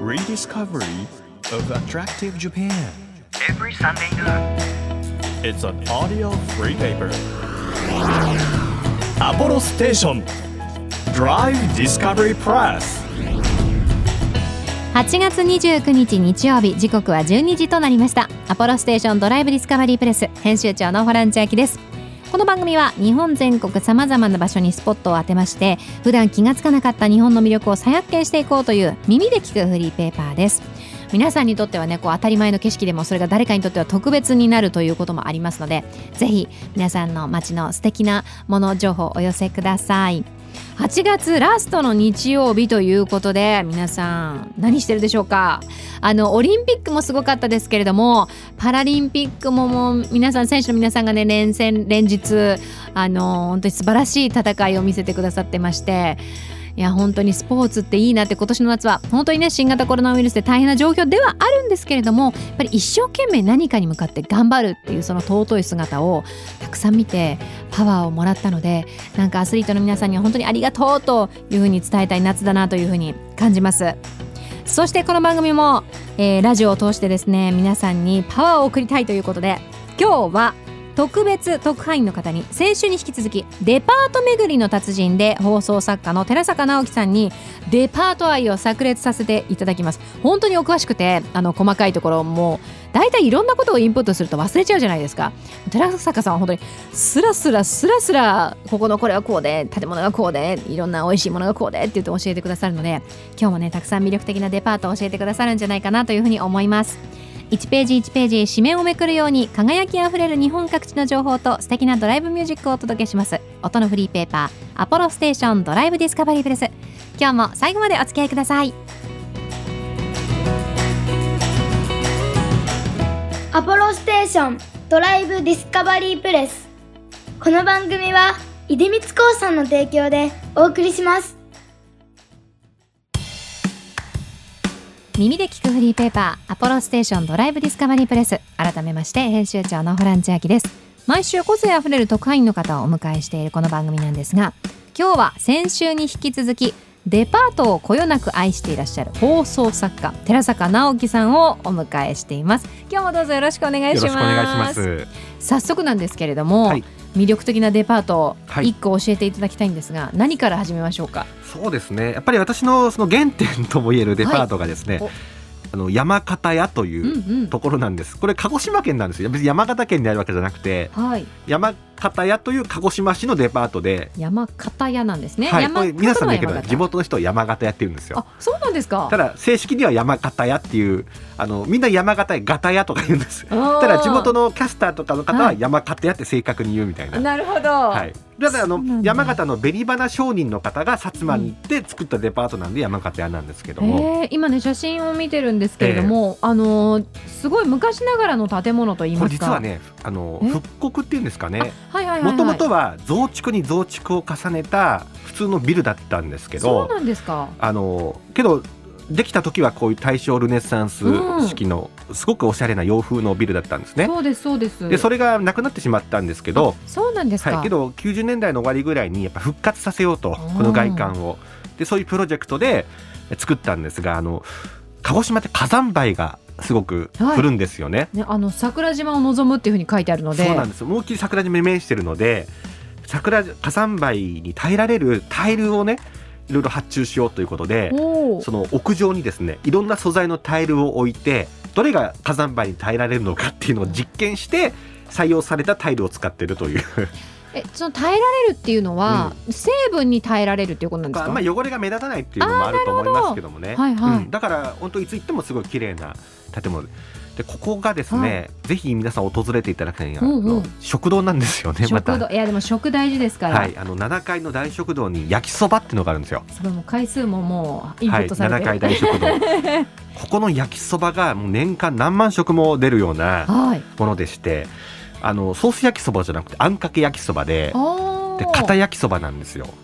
rediscovery of attractive Japan. Every Sunday noon. It's an audio free paper. Apollo Station Drive Discovery Press。 8月29日日曜日、時刻は12時となりました。アポロステーションドライブディスカバリープレス編集長のホラン千秋です。この番組は日本全国さまざまな場所にスポットを当てまして、普段気がつかなかった日本の魅力を再発見していこうという耳で聞くフリーペーパーです。皆さんにとってはね、当たり前の景色でも、それが誰かにとっては特別になるということもありますので、ぜひ皆さんの街の素敵なもの情報をお寄せください。8月ラストの日曜日ということで、皆さん何してるでしょうか。オリンピックもすごかったですけれども、パラリンピックももう皆さん、選手の皆さんがね、連日本当に素晴らしい戦いを見せてくださってまして、いや本当にスポーツっていいなって。今年の夏は本当にね、新型コロナウイルスで大変な状況ではあるんですけれども、やっぱり一生懸命何かに向かって頑張るっていう、その尊い姿をたくさん見てパワーをもらったので、なんかアスリートの皆さんには本当にありがとうというふうに伝えたい夏だなというふうに感じます。そしてこの番組も、ラジオを通してですね、皆さんにパワーを送りたいということで、今日は特別特派員の方に、先週に引き続きデパート巡りの達人で放送作家の寺坂直樹さんにデパート愛を炸裂させていただきます。本当にお詳しくて、細かいところもだいたいいろんなことをインプットすると忘れちゃうじゃないですか。寺坂さんは本当にスラスラここのこれはこうで、建物がこうで、いろんな美味しいものがこうでって言って教えてくださるので、今日もね、たくさん魅力的なデパートを教えてくださるんじゃないかなというふうに思います。1ページ1ページ紙面をめくるように輝きあふれる日本各地の情報と素敵なドライブミュージックをお届けします。音のフリーペーパーアポロステーションドライブディスカバリープレス。今日も最後までお付き合いください。 アポロステーションドライブディスカバリープレス。この番組は出光興産の提供でお送りします。 耳で聞くフリーペーパーアポロステーションドライブディスカバリープレス。改めまして編集長のホラン千秋です。毎週個性あふれる特派員の方をお迎えしているこの番組なんですが、今日は先週に引き続きデパートをこよなく愛していらっしゃる放送作家寺坂直樹さんをお迎えしています。今日もどうぞよろしくお願いします。 よろしくお願いします。 早速なんですけれども、はい、魅力的なデパートを1個教えていただきたいんですが、何から始めましょうか。 そうですね、やっぱり私のその原点ともいえるデパートがですね、山形屋というところなんです。これ鹿児島県なんですよ。別に山形県にあるわけじゃなくて、山形屋という鹿児島市のデパートで、 山形屋なんですね。 はい、これ皆さんだけど地元の人は山形屋って言うんですよ。 あ、そうなんですか。 ただ正式には山形屋っていう、みんな山形屋ガタ屋とか言うんです。ただ地元のキャスターとかの方は山形屋って正確に言うみたいな。 なるほど。 はい、だから山形の紅花商人の方が薩摩に行って作ったデパートなんで山形屋なんですけども、 今ね写真を見てるんですけれども、すごい昔ながらの建物といいますか、 これ実はね復刻っていうんですかね。 もともとは増築に増築を重ねた普通のビルだったんですけど、 そうなんですか。 けどできた時はこういう大正ルネサンス式のすごくおしゃれな洋風のビルだったんですね。 そうですそうです。 でそれがなくなってしまったんですけど。 そうなんですか。 はい、けど90年代の終わりぐらいにやっぱ復活させようと、この外観をでそういうプロジェクトで作ったんですが、鹿児島って火山灰がすごく降るんですよね。 桜島を望むっていう風に書いてあるので。 そうなんです。思いっきり桜島に面してるので、火山灰に耐えられるタイルをねいろいろ発注しようということで、その屋上にですねいろんな素材のタイルを置いて、どれが火山灰に耐えられるのかっていうのを実験して採用されたタイルを使っているというその耐えられるっていうのは、成分に耐えられるっていうことなんですか。 汚れが目立たないっていうのもあると思いますけどもね。だから本当いつ行ってもすごい綺麗な建物で、ここがですね、ぜひ皆さん訪れていただきたいのは、食堂なんですよね。またいやでも食大事ですから、 7階の大食堂に焼きそばっていうのがあるんですよ。 それも回数ももうインプットされてる、 7階大食堂ここの焼きそばがもう年間何万食も出るようなものでして、ソース焼きそばじゃなくてあんかけ焼きそばで、片焼きそばなんですよ。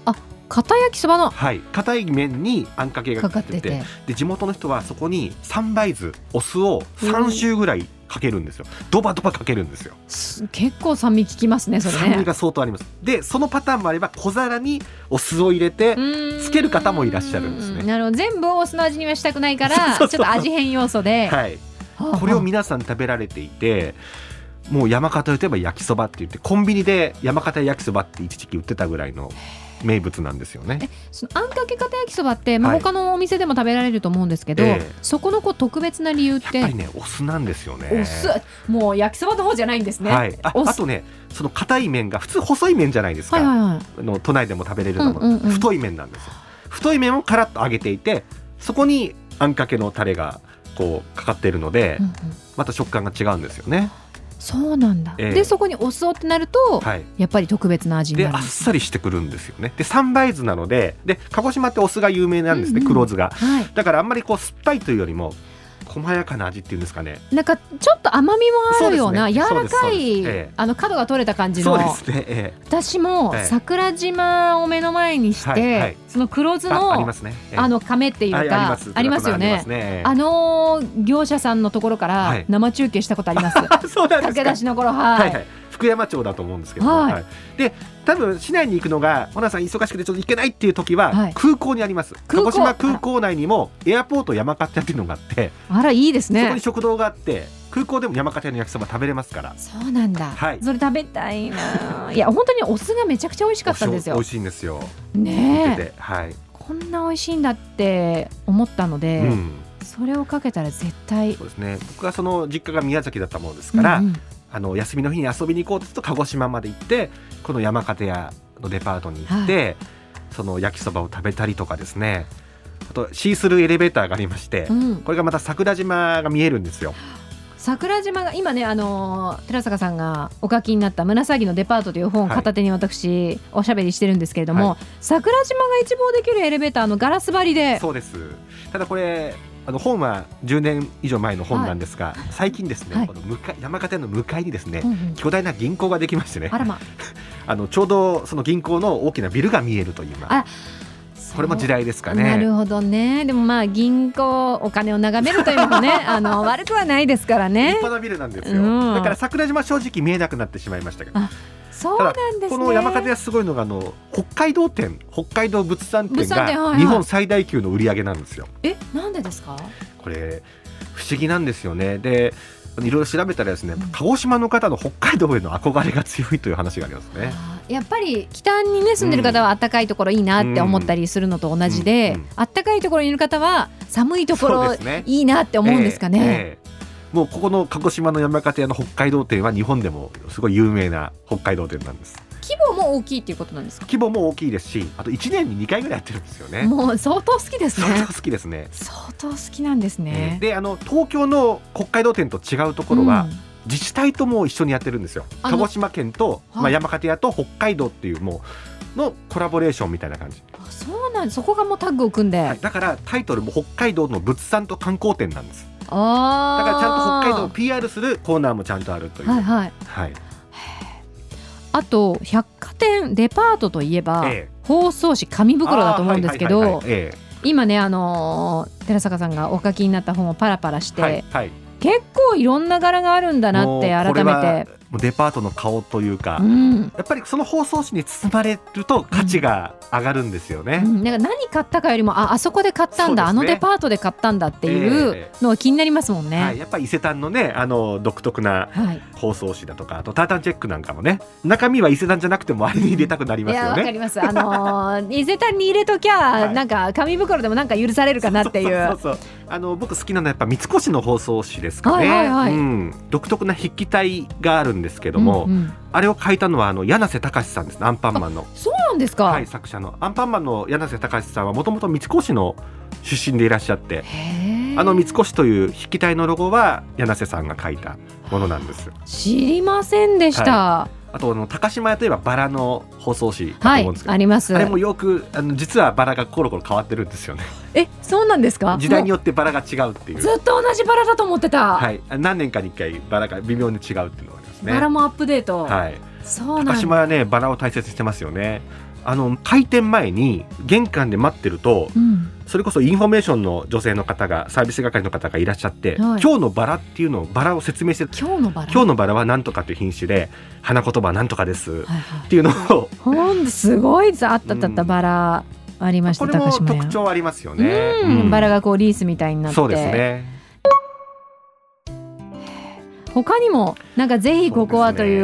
片焼きそばのはい、硬い麺にあんかけがかかってて、で地元の人はそこに三杯酢お酢を3周ぐらいかけるんですよ。ドバドバかけるんですよ。 結構酸味効きますねそれね。 酸味が相当あります。でそのパターンもあれば小皿にお酢を入れてつける方もいらっしゃるんですね。 なるほど、全部お酢の味にはしたくないからちょっと味変要素で、 はい、これを皆さん食べられていて、もう山形といえば焼きそばって言ってコンビニで山形焼きそばって一時期売ってたぐらいの名物なんですよね。 そのあんかけ片焼きそばって、他のお店でも食べられると思うんですけど、そこの特別な理由ってやっぱりねお酢なんですよね。 お酢、もう焼きそばの方じゃないんですね。 はい、あとねその硬い麺が普通細い麺じゃないですか、都内でも食べれるのも、太い麺なんですよ。太い麺をカラッと揚げていて、そこにあんかけのタレがこうかかっているので、また食感が違うんですよね。 そうなんだ、でそこにお酢をってなると、やっぱり特別な味になるんです。 であっさりしてくるんですよね。で三杯酢なので、鹿児島ってお酢が有名なんですね、黒酢が、だからあんまりこう酸っぱいというよりも細やかな味っていうんですかね。 なんかちょっと甘みもあるような、柔らかい、角が取れた感じの。そうですね、私も桜島を目の前にして、その黒酢の亀っていうかありますよね。業者さんのところから生中継したことあります。 そうなんですか。 駆け出しの頃、 福山町だと思うんですけど、で多分市内に行くのがホナさん忙しくてちょっと行けないっていう時は、空港にあります。鹿児島空港内にもエアポート山形屋っていうのがあって、 あらいいですね。 そこに食堂があって空港でも山形屋の焼きそば食べれますから。 そうなんだ、それ食べたいな。いや本当にお酢がめちゃくちゃ美味しかったんですよ。 美味しいんですよね。こんな美味しいんだって思ったので、それをかけたら絶対。 そうですね。僕はその実家が宮崎だったものですから、休みの日に遊びに行こうとすると鹿児島まで行ってこの山形屋のデパートに行って、その焼きそばを食べたりとかですね。あとシースルーエレベーターがありまして、これがまた桜島が見えるんですよ。 桜島が今ね、寺坂さんがお書きになった胸騒ぎのデパートという本を片手に私、おしゃべりしてるんですけれども、桜島が一望できるエレベーターのガラス張りで。 そうです。ただこれ本は10年以上前の本なんですが、最近ですね、この山形の向かいにですね、巨大な銀行ができましてね、ちょうどその銀行の大きなビルが見えるという、これも時代ですかね。 なるほどね。でも銀行お金を眺めるというのもね悪くはないですからね。 立派なビルなんですよ、だから桜島正直見えなくなってしまいましたけど。 そうなんですね。 この山形屋すごいのが北海道物産展が日本最大級の売り上げなんですよ。 なんでですか？ これ不思議なんですよね。でいろいろ調べたらですね、鹿児島の方の北海道への憧れが強いという話がありますね。 やっぱり北にね住んでる方は暖かいところいいなって思ったりするのと同じで、暖かいところにいる方は寒いところいいなって思うんですかね。 もうここの鹿児島の山形屋の北海道店は日本でもすごい有名な北海道店なんです。 規模も大きいっていうことなんですか？ 規模も大きいですし、あと1年に2回ぐらいやってるんですよね。 もう相当好きですね。 相当好きですね。 相当好きなんですね。 で東京の北海道店と違うところは、自治体とも一緒にやってるんですよ。鹿児島県と、山形屋と北海道っていうもうのコラボレーションみたいな感じ。 そうなんです。そこがもうタッグを組んで、 だからタイトルも北海道の物産と観光店なんです。だからちゃんと北海道を PR するコーナーもちゃんとあるという。 あと百貨店デパートといえば、包装紙紙袋だと思うんですけど、今ね寺坂さんがお書きになった本をパラパラして、結構いろんな柄があるんだなって改めて。 デパートの顔というか、やっぱりその包装紙に包まれると価値が上がるんですよね。 なんか何買ったかよりもあそこで買ったんだ、あのデパートで買ったんだっていうのが気になりますもんね。 やっぱり伊勢丹のね独特な包装紙だとか、あとタータンチェックなんかもね、中身は伊勢丹じゃなくてもあれに入れたくなりますよね。 わかります。伊勢丹に入れときゃ、なんか紙袋でもなんか許されるかなっていう。 僕好きなのはやっぱ三越の包装紙ですかね。独特な筆記体があるんですけども、あれを書いたのは柳瀬隆さんですね。アンパンマンの。 そうなんですか。 作者のアンパンマンの柳瀬隆さんはもともと三越の出身でいらっしゃって、三越という筆記体のロゴは柳瀬さんが書いたものなんです。 知りませんでした。 あと高島屋といえばバラの包装紙だと思うんですけど、 あります。 あれもよく実はバラがコロコロ変わってるんですよね。 そうなんですか？ 時代によってバラが違うっていう。 ずっと同じバラだと思ってた。 何年かに1回バラが微妙に違うっていうのがありますね。 バラもアップデート。 高島屋ねバラを大切にしてますよね。 開店前に玄関で待ってると、それこそインフォメーションの女性の方がサービス係の方がいらっしゃって、今日のバラっていうのをバラを説明して、今日のバラは何とかという品種で花言葉は何とかです、っていうのをすごいあったバラありました。 これも特徴ありますよね。 バラがこうリースみたいになって。 そうですね。 他にもなんかぜひここはという、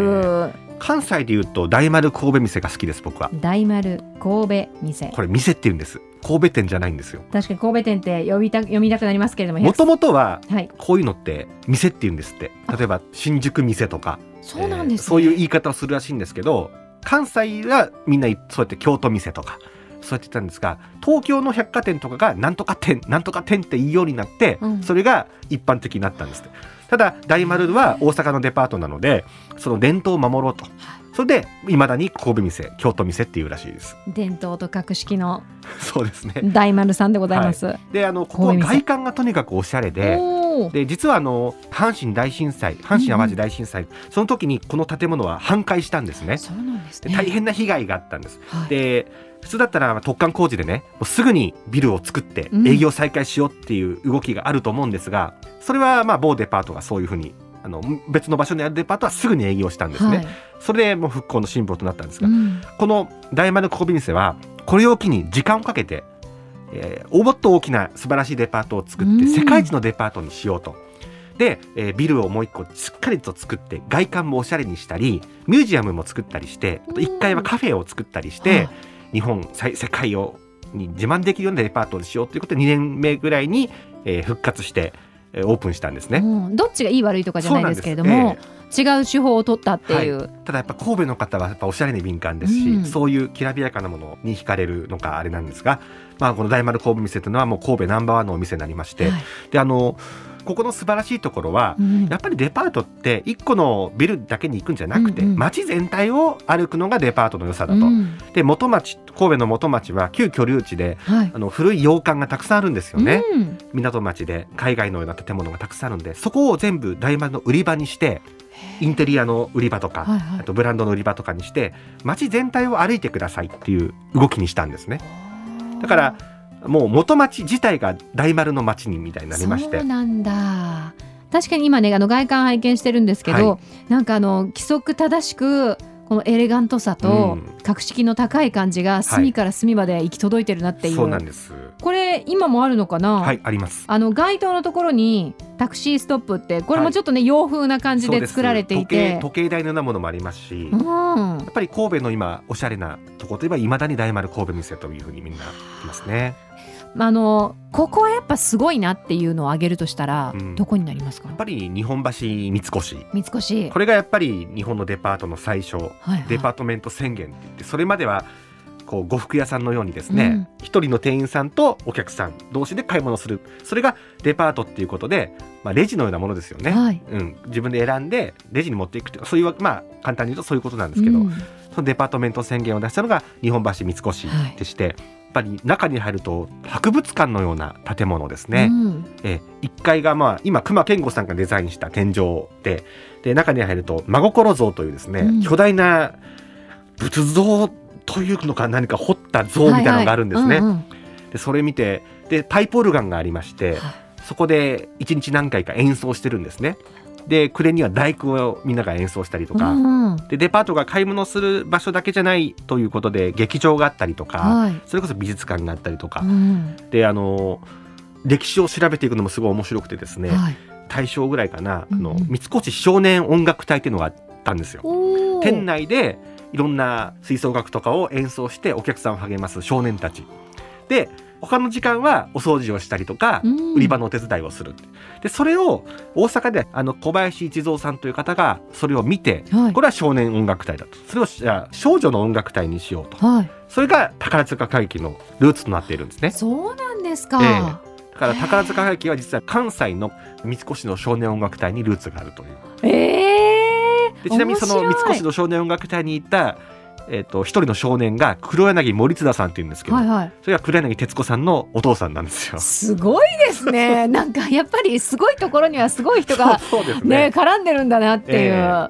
関西でいうと大丸神戸店が好きです。僕は大丸神戸店、 これ店って言うんです。神戸店じゃないんですよ。 確かに神戸店って読みたくなりますけれども、 もともとはこういうのって店って言うんですって。例えば新宿店とか、 そうなんですね、 そういう言い方をするらしいんですけど、関西はみんなそうやって京都店とかそうやって言ったんですが、東京の百貨店とかがなんとか店なんとか店って言うようになって、それが一般的になったんですって。ただ大丸は大阪のデパートなので、その伝統を守ろうと、それで未だに神戸店京都店っていうらしいです。 伝統と格式のそうですね、 大丸さんでございます。 でここは外観がとにかくおしゃれで、実は阪神淡路大震災、その時にこの建物は半壊したんですね。 そうなんですね。 大変な被害があったんです。で普通だったら突貫工事でね、もうすぐにビルを作って営業再開しようっていう動きがあると思うんですが、それは某デパートがそういうふうに別の場所にあるデパートはすぐに営業したんですね。それでもう復興のシンボルとなったんですが、この大丸神戸店はこれを機に時間をかけて、もっと大きな素晴らしいデパートを作って世界一のデパートにしようと。で、ビルをもう一個しっかりと作って外観もおしゃれにしたり、ミュージアムも作ったりして、1階はカフェを作ったりして、日本世界に自慢できるようなデパートにしようということで2年目ぐらいに、復活してオープンしたんですね。 どっちがいい悪いとかじゃないですけれども、違う手法を取ったっていう、 ただやっぱ神戸の方はやっぱおしゃれに敏感ですし、そういうきらびやかなものに惹かれるのかあれなんですが、この大丸神戸店というのはもう神戸ナンバーワンのお店になりまして、でここの素晴らしいところは、やっぱりデパートって1個のビルだけに行くんじゃなくて、街全体を歩くのがデパートの良さだと。で神戸の元町は旧居留地で、古い洋館がたくさんあるんですよね。港町で海外のような建物がたくさんあるんで、そこを全部大丸の売り場にして、インテリアの売り場とか、あとブランドの売り場とかにして街全体を歩いてくださいっていう動きにしたんですね。だからもう元町自体が大丸の町にみたいになりまして。 そうなんだ。確かに今ね外観拝見してるんですけど、なんか規則正しくこのエレガントさと格式の高い感じが隅から隅まで行き届いてるなっていう、 そうなんです。 これ今もあるのかな。 あります。 街灯のところにタクシーストップって、これもちょっとね、洋風な感じで作られていて、 時計台のようなものもありますし、やっぱり神戸の今おしゃれなところといえば未だに大丸神戸店というふうにみんな言いますね。 ここはやっぱすごいなっていうのを挙げるとしたら、どこになりますか。 やっぱり日本橋三越、これがやっぱり日本のデパートの最初、デパートメント宣言って言って、それまではこう呉服屋さんのようにですね、一人の店員さんとお客さん同士で買い物する、それがデパートっていうことで、レジのようなものですよね。自分で選んでレジに持っていくという、そういう簡単に言うとそういうことなんですけど、そのデパートメント宣言を出したのが日本橋三越でして、やっぱり中に入ると博物館のような建物ですね。1階が今隈研吾さんがデザインした天井で、中に入ると真心像というですね、巨大な仏像というのか何か彫った像みたいなのがあるんですね。でそれ見て、でパイプオルガンがありまして、そこで1日何回か演奏してるんですね。で暮れには大工をみんなが演奏したりとか、でデパートが買い物する場所だけじゃないということで劇場があったりとか、それこそ美術館があったりとか、で歴史を調べていくのもすごい面白くてですね、大正ぐらいかな、三越少年音楽隊っていうのがあったんですよ。店内でいろんな吹奏楽とかを演奏してお客さんを励ます少年たちで、他の時間はお掃除をしたりとか、売り場のお手伝いをする。でそれを大阪で小林一三さんという方がそれを見て、これは少年音楽隊だと、それをじゃあ少女の音楽隊にしようと、それが宝塚歌劇のルーツとなっているんですね。 そうなんですか。 だから宝塚歌劇は実は関西の三越の少年音楽隊にルーツがあるという。でちなみにその三越の少年音楽隊に行った一人の少年が黒柳森津田さんっていうんですけど、それが黒柳徹子さんのお父さんなんですよ。 すごいですね。なんかやっぱりすごいところにはすごい人がね絡んでるんだなっていう。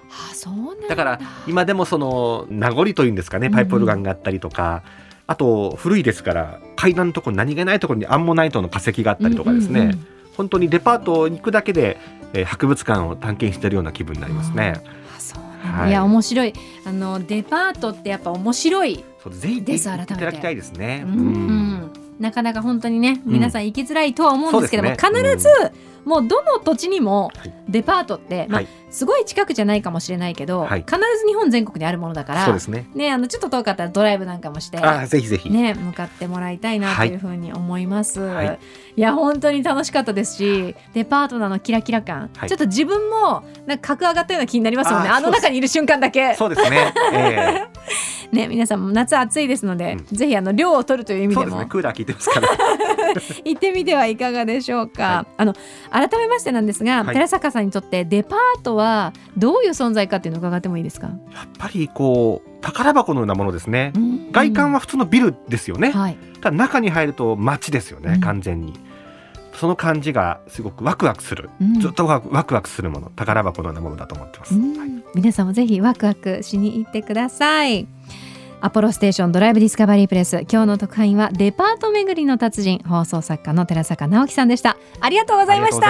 そうなんだから今でもその名残というんですかね、パイプオルガンがあったりとか、あと古いですから階段のところ何気ないところにアンモナイトの化石があったりとかですね、本当にデパートに行くだけで、博物館を探検しているような気分になりますね。 いや面白い。デパートってやっぱ面白いぜひです。 行っていただきたいですね。 なかなか本当にね、皆さん行きづらいとは思うんですけども、必ずもうどの土地にもデパートって、すごい近くじゃないかもしれないけど、必ず日本全国にあるものだから、 そうですね。 ちょっと遠かったらドライブなんかもして、 ぜひぜひね、向かってもらいたいなというふうに思います。いや本当に楽しかったですし、デパートのキラキラ感、ちょっと自分もなんか格上がったような気になりますもんね。あの中にいる瞬間だけ。 そうですね。 ね、皆さんも夏暑いですので、ぜひ量を取るという意味でも、 そうですね、クーラー効いてますから行ってみてはいかがでしょうか。改めましてなんですが、寺坂さんにとってデパートはどういう存在かっていうのを伺ってもいいですか。 やっぱりこう宝箱のようなものですね。外観は普通のビルですよね。ただ中に入ると街ですよね、完全に。その感じがすごくワクワクする、ずっとワクワクするもの、宝箱のようなものだと思ってます。 皆さんもぜひワクワクしに行ってください。アポロステーションドライブディスカバリープレス、今日の特派員はデパート巡りの達人、放送作家の寺坂直樹さんでした。ありがとうございました。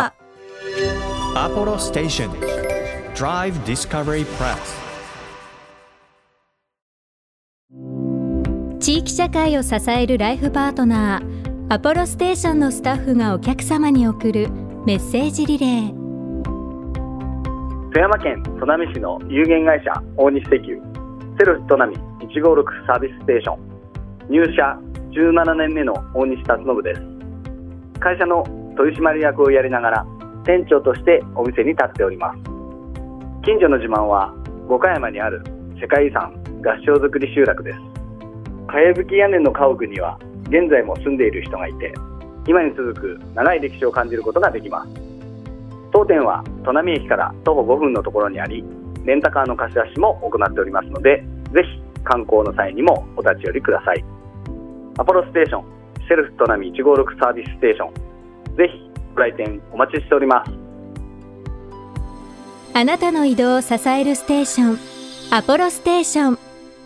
アポロステーションドライブディスカバリープレス。地域社会を支えるライフパートナー、アポロステーションのスタッフがお客様に送るメッセージリレー。 富山県砺波市の有限会社大西石油セルフ砺波156サービスステーション、入社17年目の大西達信です。会社の取締役をやりながら店長としてお店に立っております。近所の自慢は五箇山にある世界遺産合掌造り集落です。かやぶき屋根の家屋には現在も住んでいる人がいて、今に続く長い歴史を感じることができます。当店は砺波駅から徒歩5分のところにあり、レンタカーの貸し出しも行っておりますので、ぜひ観光の際にもお立ち寄りください。アポロステーションセルフ砺波156サービスステーション、ぜひご来店お待ちしております。 あなたの移動を支えるステーション、アポロステーション。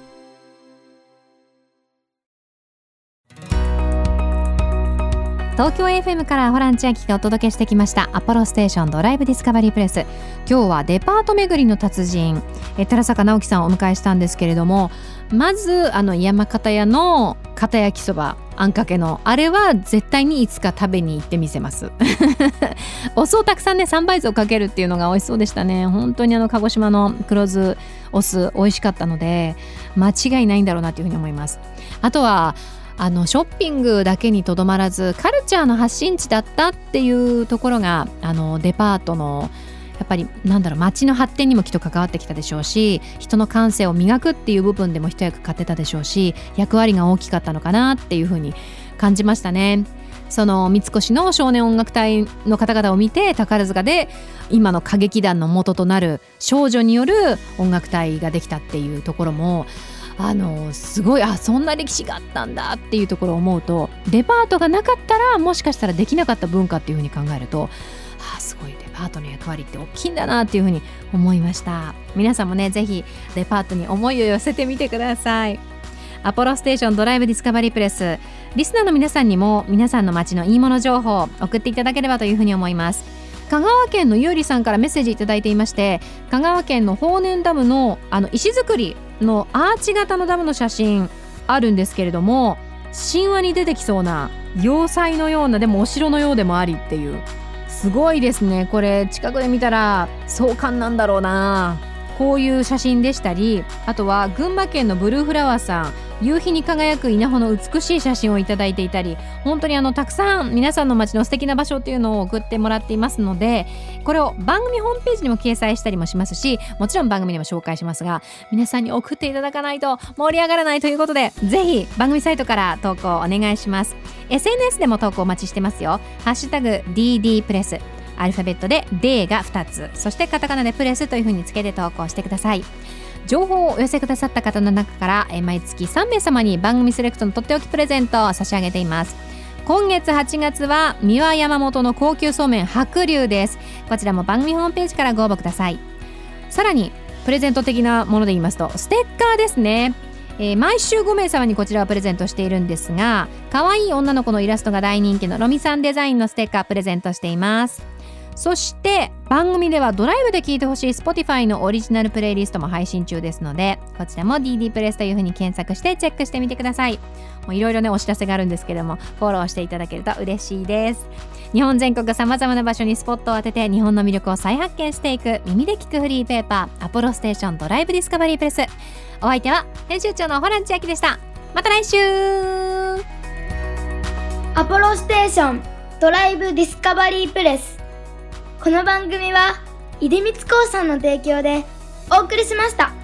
東京 FM からホラン千秋がお届けしてきましたアポロステーションドライブディスカバリープレス。今日はデパート巡りの達人、寺坂直樹さんをお迎えしたんですけれども、まず山形屋の片焼きそば、あんかけのあれは絶対にいつか食べに行ってみせますお酢をたくさんね3倍酢をかけるっていうのが美味しそうでしたね。本当に鹿児島の黒酢お酢美味しかったので、間違いないんだろうなというふうに思います。あとはショッピングだけにとどまらずカルチャーの発信地だったっていうところがデパートのやっぱり街の発展にもきっと関わってきたでしょうし、人の感性を磨くっていう部分でも一役買ってたでしょうし、役割が大きかったのかなっていうふうに感じましたね。その三越の少年音楽隊の方々を見て、宝塚で今の歌劇団の元となる少女による音楽隊ができたっていうところもすごい、そんな歴史があったんだっていうところを思うと、デパートがなかったらもしかしたらできなかった文化っていうふうに考えると、すごいデパートの役割って大きいんだなっていうふうに思いました。皆さんもね、ぜひデパートに思いを寄せてみてください。アポロステーションドライブディスカバリープレス、リスナーの皆さんにも皆さんの街のいいもの情報を送っていただければというふうに思います。香川県のゆうりさんからメッセージいただいていまして、香川県の豊年ダムの石造りのアーチ型のダムの写真あるんですけれども、神話に出てきそうな要塞のような、でもお城のようでもありっていう、すごいですね。これ近くで見たら壮観なんだろうな。こういう写真でしたり、あとは群馬県のブルーフラワーさん、夕日に輝く稲穂の美しい写真をいただいていたり、本当にたくさん皆さんの街の素敵な場所っていうのを送ってもらっていますので、これを番組ホームページにも掲載したりもしますし、もちろん番組でも紹介しますが、皆さんに送っていただかないと盛り上がらないということで、ぜひ番組サイトから投稿お願いします。 SNS でも投稿お待ちしてますよ。ハッシュタグ DD プレス、アルファベットで D が2つ、そしてカタカナでプレスという風につけて投稿してください。情報をお寄せくださった方の中から毎月3名様に番組セレクトのとっておきプレゼントを差し上げています。今月8月は三輪山本の高級そうめん白龍です。こちらも番組ホームページからご応募ください。 さらにプレゼント的なもので言いますとステッカーですね。毎週5名様にこちらをプレゼントしているんですが、可愛い女の子のイラストが大人気のロミさんデザインのステッカープレゼントしています。そして番組ではドライブで聴いてほしい Spotify のオリジナルプレイリストも配信中ですので、こちらも DD プレスという風に検索してチェックしてみてください。もういろいろねお知らせがあるんですけども、フォローしていただけると嬉しいです。日本全国さまざまな場所にスポットを当てて日本の魅力を再発見していく耳で聞くフリーペーパーアポロステーションドライブディスカバリープレス。お相手は編集長のホラン千秋でした。また来週。 アポロステーションドライブディスカバリープレス。この番組は出光興産の提供でお送りしました。